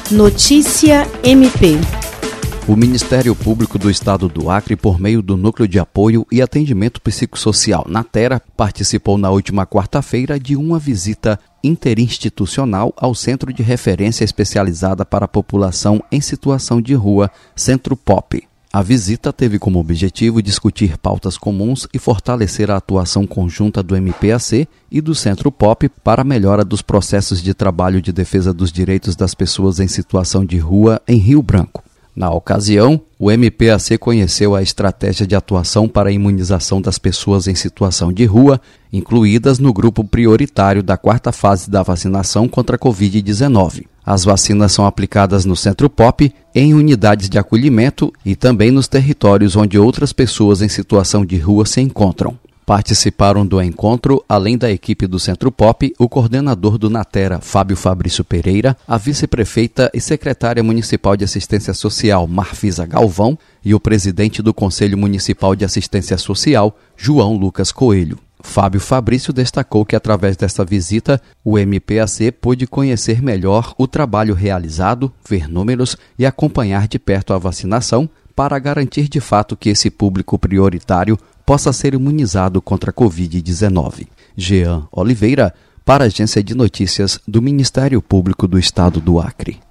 Notícia MP. O Ministério Público do Estado do Acre, por meio do Núcleo de Apoio e Atendimento Psicossocial Natera, participou na última quarta-feira de uma visita interinstitucional ao Centro de Referência Especializada para a População em Situação de Rua, Centro POP. A visita teve como objetivo discutir pautas comuns e fortalecer a atuação conjunta do MPAC e do Centro POP para a melhora dos processos de trabalho de defesa dos direitos das pessoas em situação de rua em Rio Branco. Na ocasião, o MPAC conheceu a estratégia de atuação para a imunização das pessoas em situação de rua, incluídas no grupo prioritário da quarta fase da vacinação contra a Covid-19. As vacinas são aplicadas no Centro POP, em unidades de acolhimento e também nos territórios onde outras pessoas em situação de rua se encontram. Participaram do encontro, além da equipe do Centro POP, o coordenador do Natera, Fábio Fabrício Pereira, a vice-prefeita e secretária municipal de assistência social, Marfisa Galvão, e o presidente do Conselho Municipal de Assistência Social, João Lucas Coelho. Fábio Fabrício destacou que, através desta visita, o MPAC pôde conhecer melhor o trabalho realizado, ver números e acompanhar de perto a vacinação para garantir de fato que esse público prioritário possa ser imunizado contra a Covid-19. Jean Oliveira, para a Agência de Notícias do Ministério Público do Estado do Acre.